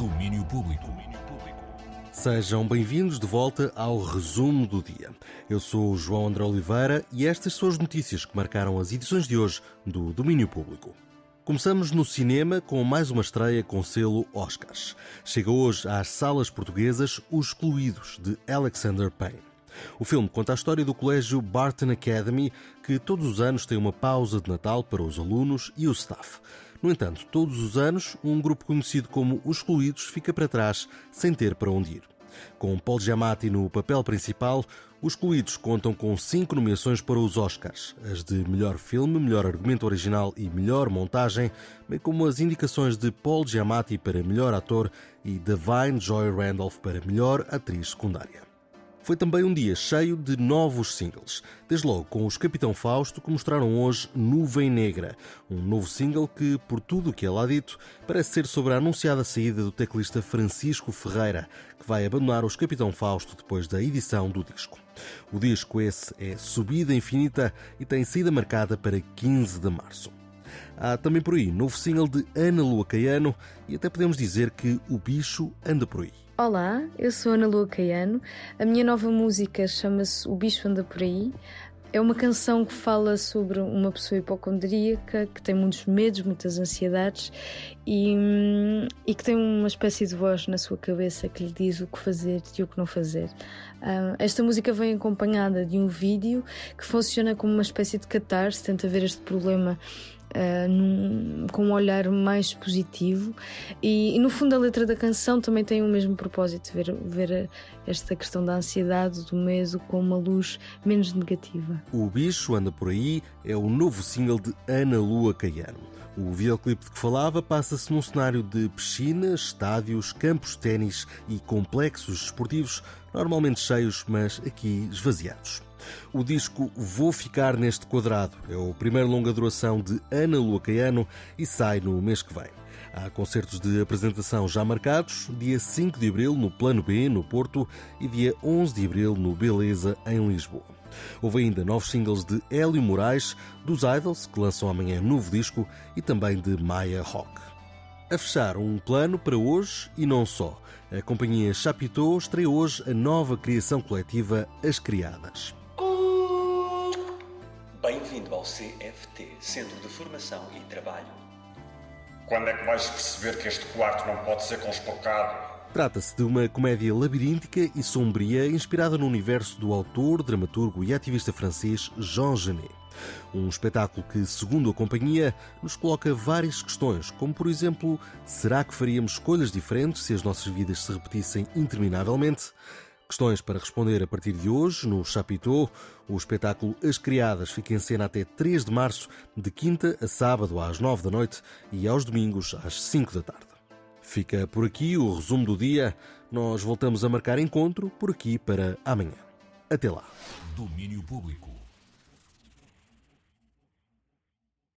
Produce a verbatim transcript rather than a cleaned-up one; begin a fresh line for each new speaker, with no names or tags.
Domínio Público.
Sejam bem-vindos de volta ao resumo do dia. Eu sou o João André Oliveira e estas são as notícias que marcaram as edições de hoje do Domínio Público. Começamos no cinema com mais uma estreia com selo Oscars. Chega hoje às salas portuguesas Os Excluídos, de Alexander Payne. O filme conta a história do colégio Barton Academy, que todos os anos tem uma pausa de Natal para os alunos e o staff. No entanto, todos os anos, um grupo conhecido como Os Excluídos fica para trás, sem ter para onde ir. Com Paul Giamatti no papel principal, Os Excluídos contam com cinco nomeações para os Oscars, as de melhor filme, melhor argumento original e melhor montagem, bem como as indicações de Paul Giamatti para melhor ator e Da'Vine Joy Randolph para melhor atriz secundária. Foi também um dia cheio de novos singles, desde logo com os Capitão Fausto, que mostraram hoje Nuvem Negra, um novo single que, por tudo o que é lá dito, parece ser sobre a anunciada saída do teclista Francisco Ferreira, que vai abandonar os Capitão Fausto depois da edição do disco. O disco esse é Subida Infinita e tem saída marcada para quinze de março. Há também por aí novo single de Ana Lua Caiano e até podemos dizer que o bicho anda por aí.
Olá, eu sou Ana Lua Caiano. A minha nova música chama-se O Bicho Anda Por Aí. É uma canção que fala sobre uma pessoa hipocondríaca que tem muitos medos, muitas ansiedades e, e que tem uma espécie de voz na sua cabeça que lhe diz o que fazer e o que não fazer. Uh, esta música vem acompanhada de um vídeo que funciona como uma espécie de catarse, tenta ver este problema Uh, num, com um olhar mais positivo e, e no fundo a letra da canção também tem o mesmo propósito, ver, ver esta questão da ansiedade, do medo com uma luz menos negativa.
O Bicho Anda Por Aí é o novo single de Ana Lua Caiano. O videoclipe de que falava passa-se num cenário de piscinas, estádios, campos de ténis e complexos desportivos, normalmente cheios, mas aqui esvaziados. O disco Vou Ficar Neste Quadrado é o primeiro longa duração de Ana Lua Caiano e sai no mês que vem. Há concertos de apresentação já marcados, dia cinco de abril no Plano B, no Porto, e dia onze de abril no Beleza, em Lisboa. Houve ainda novos singles de Hélio Moraes, dos Idols, que lançam amanhã novo disco, e também de Maya Rock. A fechar um plano para hoje e não só. A companhia Chapiteau estreia hoje a nova criação coletiva As Criadas.
Bem-vindo ao C F T, Centro de Formação e Trabalho.
Quando é que vais perceber que este quarto não pode ser conspocado?
Trata-se de uma comédia labiríntica e sombria inspirada no universo do autor, dramaturgo e ativista francês Jean Genet. Um espetáculo que, segundo a companhia, nos coloca várias questões, como por exemplo, será que faríamos escolhas diferentes se as nossas vidas se repetissem interminavelmente? Questões para responder a partir de hoje no Chapiteau. O espetáculo As Criadas fica em cena até três de março, de quinta a sábado às nove da noite e aos domingos às cinco da tarde. Fica por aqui o resumo do dia. Nós voltamos a marcar encontro por aqui para amanhã. Até lá.
Domínio Público.